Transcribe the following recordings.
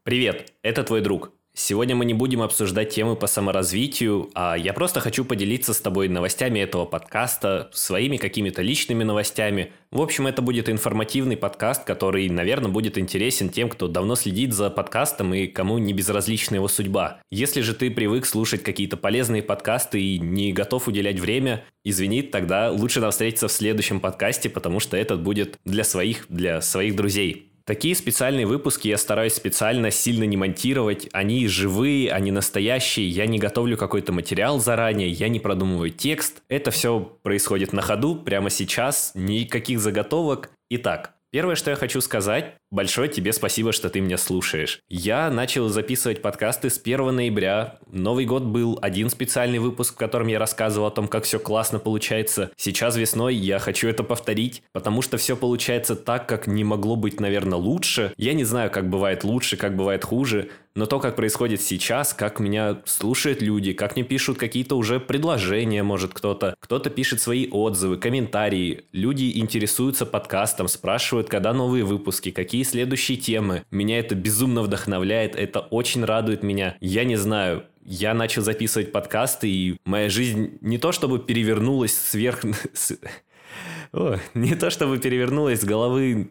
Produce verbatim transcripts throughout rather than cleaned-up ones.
Привет, это твой друг. Сегодня мы не будем обсуждать темы по саморазвитию, а я просто хочу поделиться с тобой новостями этого подкаста, своими какими-то личными новостями. В общем, это будет информативный подкаст, который, наверное, будет интересен тем, кто давно следит за подкастом и кому не безразлична его судьба. Если же ты привык слушать какие-то полезные подкасты и не готов уделять время, извини, тогда лучше нам встретиться в следующем подкасте, потому что этот будет для своих, для своих друзей. Такие специальные выпуски я стараюсь специально сильно не монтировать. Они живые, они настоящие. Я не готовлю какой-то материал заранее, я не продумываю текст. Это все происходит на ходу, прямо сейчас, никаких заготовок. Итак, первое, что я хочу сказать, большое тебе спасибо, что ты меня слушаешь. Я начал записывать подкасты с первого ноября. Новый год был один специальный выпуск, в котором я рассказывал о том, как все классно получается. Сейчас весной я хочу это повторить, потому что все получается так, как не могло быть, наверное, лучше. Я не знаю, как бывает лучше, как бывает хуже, но то, как происходит сейчас, как меня слушают люди, как мне пишут какие-то уже предложения, может кто-то, кто-то пишет свои отзывы, комментарии, люди интересуются подкастом, спрашивают, когда новые выпуски, какие следующие темы. Меня это безумно вдохновляет, это очень радует меня. Я не знаю, я начал записывать подкасты, и моя жизнь не то чтобы перевернулась сверх... О, не то чтобы перевернулась с головы...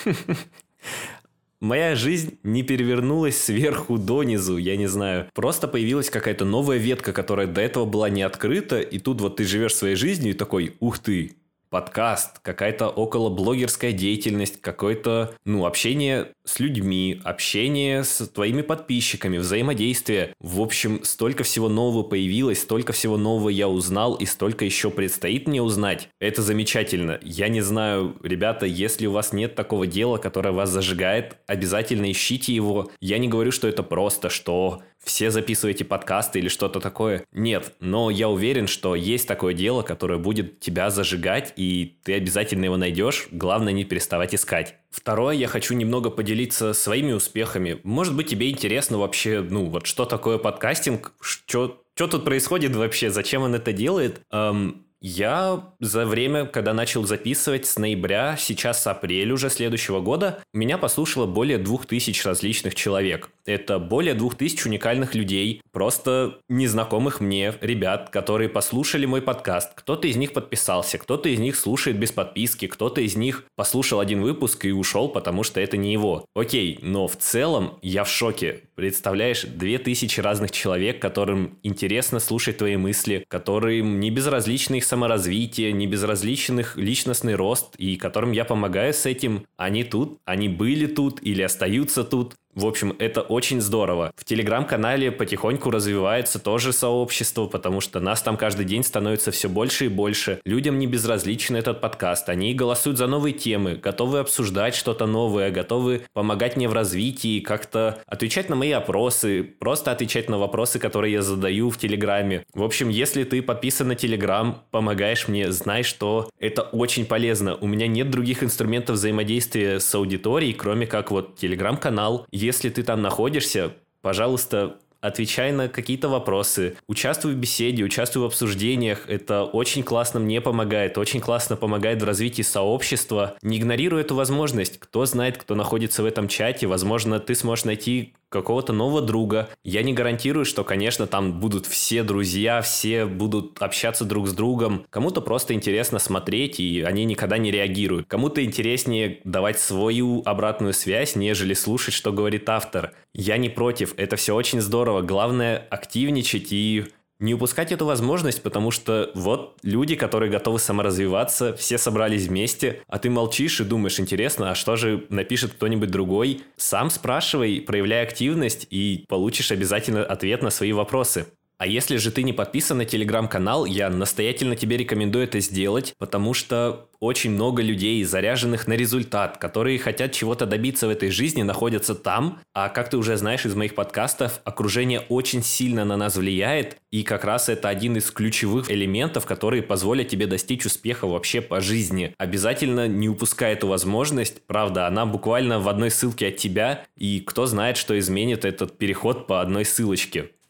Моя жизнь не перевернулась сверху донизу, я не знаю. Просто появилась какая-то новая ветка, которая до этого была не открыта, и тут вот ты живешь своей жизнью и такой, ух ты, подкаст, какая-то околоблогерская деятельность, какое-то, ну, общение с людьми, общение с твоими подписчиками, взаимодействие. В общем, столько всего нового появилось, столько всего нового я узнал и столько еще предстоит мне узнать. Это замечательно. Я не знаю, ребята, если у вас нет такого дела, которое вас зажигает, обязательно ищите его. Я не говорю, что это просто, что... все записываете подкасты или что-то такое. Нет, но я уверен, что есть такое дело, которое будет тебя зажигать, и ты обязательно его найдешь. Главное, не переставать искать. Второе, я хочу немного поделиться своими успехами. Может быть, тебе интересно вообще, ну, вот что такое подкастинг, что, что тут происходит вообще, зачем он это делает? Эм, Я за время, когда начал записывать с ноября, сейчас с апреля уже следующего года, меня послушало более двух тысяч различных человек. Это более двух тысяч уникальных людей, просто незнакомых мне ребят, которые послушали мой подкаст. Кто-то из них подписался, кто-то из них слушает без подписки, кто-то из них послушал один выпуск и ушел, потому что это не его. Окей, но в целом я в шоке. Представляешь, две тысячи разных человек, которым интересно слушать твои мысли, которым не безразличны их саморазвитие, не безразличен их личностный рост, и которым я помогаю с этим. Они тут, они были тут или остаются тут. В общем, это очень здорово. В Телеграм-канале потихоньку развивается тоже сообщество, потому что нас там каждый день становится все больше и больше. Людям не безразличен этот подкаст. Они голосуют за новые темы, готовы обсуждать что-то новое, готовы помогать мне в развитии, как-то отвечать на мои опросы, просто отвечать на вопросы, которые я задаю в Телеграме. В общем, если ты подписан на Телеграм, помогаешь мне, знай, что это очень полезно. У меня нет других инструментов взаимодействия с аудиторией, кроме как вот Телеграм-канал. Если ты там находишься, пожалуйста, отвечай на какие-то вопросы, участвуй в беседе, участвуй в обсуждениях. Это очень классно мне помогает, очень классно помогает в развитии сообщества. Не игнорируй эту возможность. Кто знает, кто находится в этом чате, возможно, ты сможешь найти какого-то нового друга. Я не гарантирую, что, конечно, там будут все друзья, все будут общаться друг с другом. Кому-то просто интересно смотреть, и они никогда не реагируют. Кому-то интереснее давать свою обратную связь, нежели слушать, что говорит автор. Я не против, это все очень здорово. Главное, активничать и не упускать эту возможность, потому что вот люди, которые готовы саморазвиваться, все собрались вместе, а ты молчишь и думаешь, интересно, а что же напишет кто-нибудь другой? Сам спрашивай, проявляй активность, и получишь обязательно ответ на свои вопросы. А если же ты не подписан на Телеграм-канал, я настоятельно тебе рекомендую это сделать, потому что очень много людей, заряженных на результат, которые хотят чего-то добиться в этой жизни, находятся там. А как ты уже знаешь из моих подкастов, окружение очень сильно на нас влияет, и как раз это один из ключевых элементов, которые позволят тебе достичь успеха вообще по жизни. Обязательно не упускай эту возможность, правда, она буквально в одной ссылке от тебя, и кто знает, что изменит этот переход по одной ссылочке.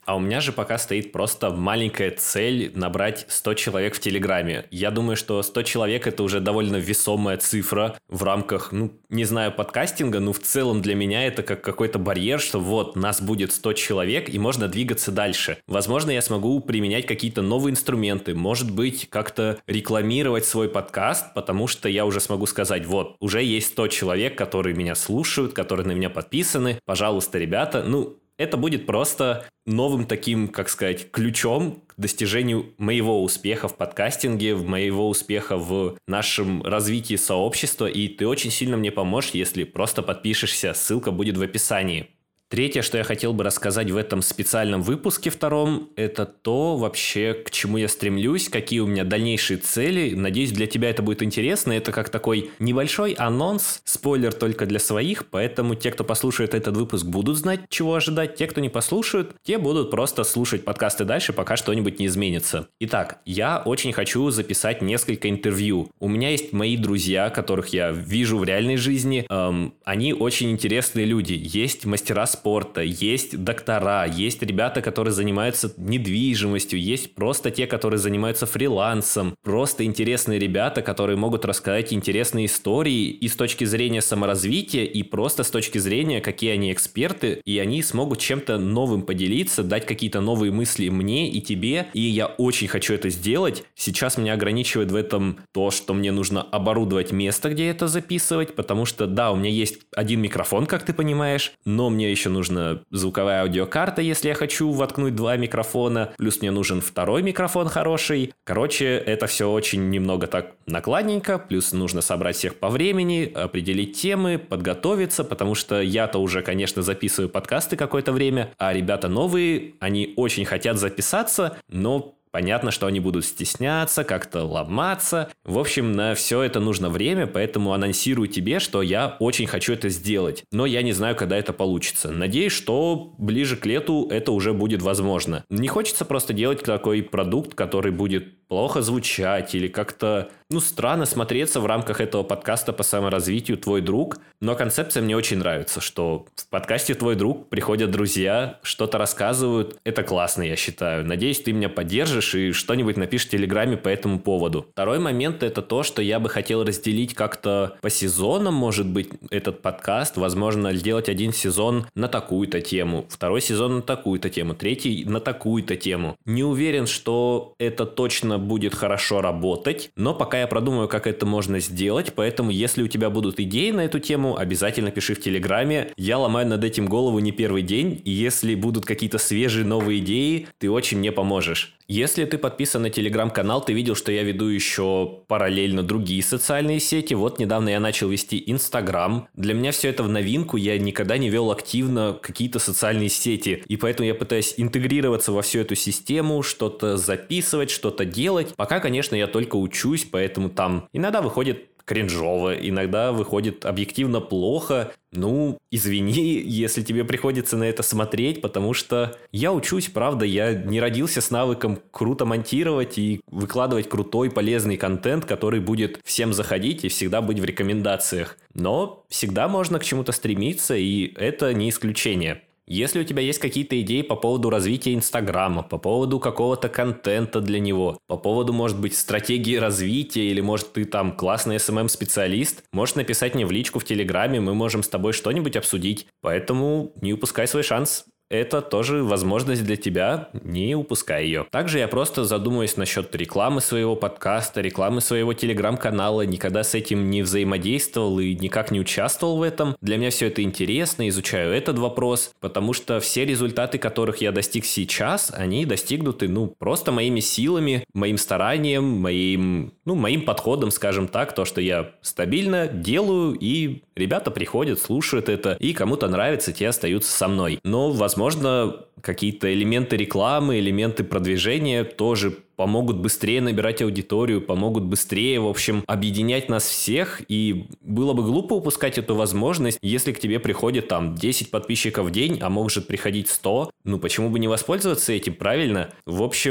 А у меня же пока стоит просто маленькая цель набрать сто человек в Телеграме. Я думаю, что сто человек — это уже довольно весомая цифра в рамках, ну, не знаю, подкастинга, но в целом для меня это как какой-то барьер, что вот, нас будет сто человек, и можно двигаться дальше. Возможно, я смогу применять какие-то новые инструменты, может быть, как-то рекламировать свой подкаст, потому что я уже смогу сказать, вот, уже есть сто человек, которые меня слушают, которые на меня подписаны, пожалуйста, ребята, ну, это будет просто новым таким, как сказать, ключом к достижению моего успеха в подкастинге, моего успеха в нашем развитии сообщества, и ты очень сильно мне поможешь, если просто подпишешься, ссылка будет в описании. Третье, что я хотел бы рассказать в этом специальном выпуске втором, это то вообще, к чему я стремлюсь, какие у меня дальнейшие цели. Надеюсь, для тебя это будет интересно. Это как такой небольшой анонс, спойлер только для своих, поэтому те, кто послушает этот выпуск, будут знать, чего ожидать. Те, кто не послушают, те будут просто слушать подкасты дальше, пока что-нибудь не изменится. Итак, я очень хочу записать несколько интервью. У меня есть мои друзья, которых я вижу в реальной жизни. Эм, они очень интересные люди. Есть мастера спорта, есть доктора, есть ребята, которые занимаются недвижимостью, есть просто те, которые занимаются фрилансом, просто интересные ребята, которые могут рассказать интересные истории и с точки зрения саморазвития, и просто с точки зрения, какие они эксперты, и они смогут чем-то новым поделиться, дать какие-то новые мысли мне и тебе, и я очень хочу это сделать. Сейчас меня ограничивает в этом то, что мне нужно оборудовать место, где это записывать, потому что, да, у меня есть один микрофон, как ты понимаешь, но мне еще нужна звуковая аудиокарта, если я хочу воткнуть два микрофона, плюс мне нужен второй микрофон хороший. Короче, это все очень немного так накладненько, плюс нужно собрать всех по времени, определить темы, подготовиться, потому что я-то уже, конечно, записываю подкасты какое-то время, а ребята новые, они очень хотят записаться, но понятно, что они будут стесняться, как-то ломаться. В общем, на все это нужно время, поэтому анонсирую тебе, что я очень хочу это сделать. Но я не знаю, когда это получится. Надеюсь, что ближе к лету это уже будет возможно. Не хочется просто делать такой продукт, который будет плохо звучать или как-то, ну, странно смотреться в рамках этого подкаста по саморазвитию «Твой друг». Но концепция мне очень нравится, что в подкасте «Твой друг» приходят друзья, что-то рассказывают. Это классно, я считаю. Надеюсь, ты меня поддержишь и что-нибудь напишешь в Телеграме по этому поводу. Второй момент – это то, что я бы хотел разделить как-то по сезонам, может быть, этот подкаст. Возможно, сделать один сезон на такую-то тему, второй сезон на такую-то тему, третий на такую-то тему. Не уверен, что это точно будет хорошо работать, но пока я продумаю, как это можно сделать, поэтому если у тебя будут идеи на эту тему, обязательно пиши в Телеграме. Я ломаю над этим голову не первый день, и если будут какие-то свежие новые идеи, ты очень мне поможешь. Если ты подписан на Телеграм-канал, ты видел, что я веду еще параллельно другие социальные сети. Вот недавно я начал вести Инстаграм. Для меня все это в новинку, я никогда не вел активно какие-то социальные сети. И поэтому я пытаюсь интегрироваться во всю эту систему, что-то записывать, что-то делать. Пока, конечно, я только учусь, поэтому там иногда выходит кринжово, иногда выходит объективно плохо. Ну, извини, если тебе приходится на это смотреть, потому что я учусь, правда, я не родился с навыком круто монтировать и выкладывать крутой полезный контент, который будет всем заходить и всегда быть в рекомендациях. Но всегда можно к чему-то стремиться, и это не исключение. Если у тебя есть какие-то идеи по поводу развития Инстаграма, по поводу какого-то контента для него, по поводу, может быть, стратегии развития, или, может, ты там классный эс эм эм-специалист, можешь написать мне в личку в Телеграме, мы можем с тобой что-нибудь обсудить. Поэтому не упускай свой шанс. Это тоже возможность для тебя, не упускай ее. Также я просто задумываюсь насчет рекламы своего подкаста, рекламы своего телеграм-канала, никогда с этим не взаимодействовал и никак не участвовал в этом. Для меня все это интересно, изучаю этот вопрос, потому что все результаты, которых я достиг сейчас, они достигнуты, ну, просто моими силами, моим старанием, моим, ну, моим подходом, скажем так, то, что я стабильно делаю, и ребята приходят, слушают это, и кому-то нравится, те остаются со мной. Но, возможно, Возможно, какие-то элементы рекламы, элементы продвижения тоже помогут быстрее набирать аудиторию, помогут быстрее, в общем, объединять нас всех. И было бы глупо упускать эту возможность, если к тебе приходит там десять подписчиков в день, а может приходить сто. Ну, почему бы не воспользоваться этим, правильно? В общем,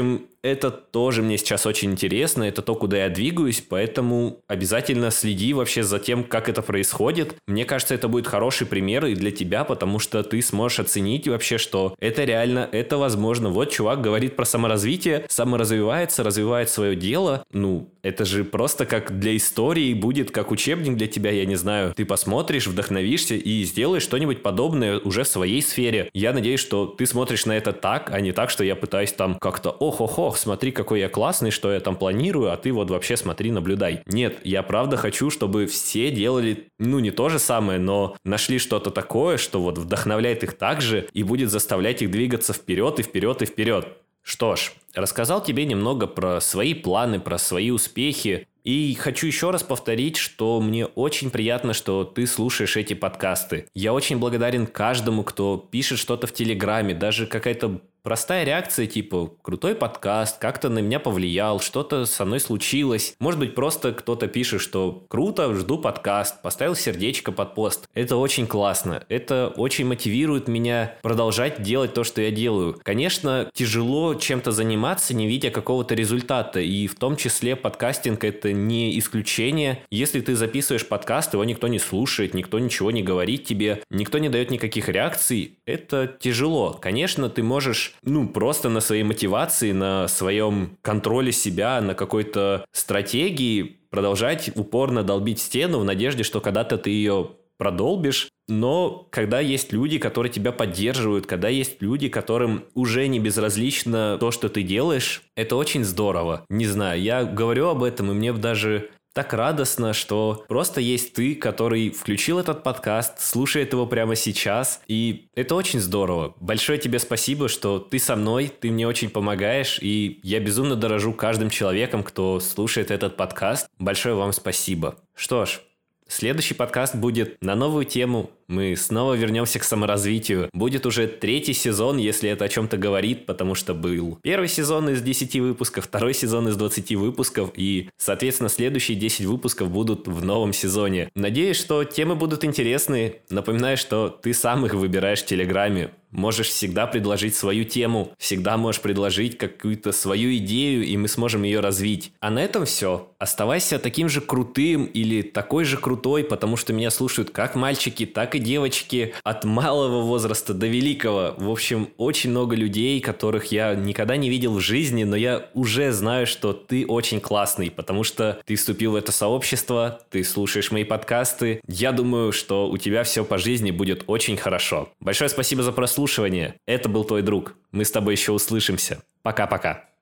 Это тоже мне сейчас очень интересно, это то, куда я двигаюсь, поэтому обязательно следи вообще за тем, как это происходит. Мне кажется, это будет хороший пример и для тебя, потому что ты сможешь оценить вообще, что это реально, это возможно. Вот чувак говорит про саморазвитие, саморазвивается, развивает свое дело. Ну, это же просто как для истории будет, как учебник для тебя, я не знаю. Ты посмотришь, вдохновишься и сделаешь что-нибудь подобное уже в своей сфере. Я надеюсь, что ты смотришь на это так, а не так, что я пытаюсь там как-то ох-ох-ох, смотри, какой я классный, что я там планирую, а ты вот вообще смотри, наблюдай. Нет, я правда хочу, чтобы все делали, ну, не то же самое, но нашли что-то такое, что вот вдохновляет их так же и будет заставлять их двигаться вперед и вперед и вперед. Что ж, рассказал тебе немного про свои планы, про свои успехи. И хочу еще раз повторить, что мне очень приятно, что ты слушаешь эти подкасты. Я очень благодарен каждому, кто пишет что-то в Телеграме, даже какая-то простая реакция, типа «крутой подкаст», как-то на меня повлиял, что-то со мной случилось. Может быть, просто кто-то пишет, что «круто, жду подкаст», поставил сердечко под пост. Это очень классно. Это очень мотивирует меня продолжать делать то, что я делаю. Конечно, тяжело чем-то заниматься, не видя какого-то результата. И в том числе подкастинг – это не исключение. Если ты записываешь подкаст, его никто не слушает, никто ничего не говорит тебе, никто не дает никаких реакций, это тяжело. Конечно, ты можешь ну, просто на своей мотивации, на своем контроле себя, на какой-то стратегии продолжать упорно долбить стену в надежде, что когда-то ты ее продолбишь. Но когда есть люди, которые тебя поддерживают, когда есть люди, которым уже не безразлично то, что ты делаешь, это очень здорово. Не знаю, я говорю об этом, и мне даже так радостно, что просто есть ты, который включил этот подкаст, слушает его прямо сейчас, и это очень здорово. Большое тебе спасибо, что ты со мной, ты мне очень помогаешь, и я безумно дорожу каждым человеком, кто слушает этот подкаст. Большое вам спасибо. Что ж, следующий подкаст будет на новую тему. Мы снова вернемся к саморазвитию. Будет уже третий сезон, если это о чем-то говорит, потому что был первый сезон из десяти выпусков, второй сезон из двадцати выпусков, и, соответственно, следующие десять выпусков будут в новом сезоне. Надеюсь, что темы будут интересные. Напоминаю, что ты сам их выбираешь в Телеграме. Можешь всегда предложить свою тему, всегда можешь предложить какую-то свою идею, и мы сможем ее развить. А на этом все. Оставайся таким же крутым или такой же крутой, потому что меня слушают как мальчики, так и девочки, от малого возраста до великого. В общем, очень много людей, которых я никогда не видел в жизни, но я уже знаю, что ты очень классный, потому что ты вступил в это сообщество, ты слушаешь мои подкасты. Я думаю, что у тебя все по жизни будет очень хорошо. Большое спасибо за прослушивание. Это был твой друг. Мы с тобой еще услышимся. Пока-пока.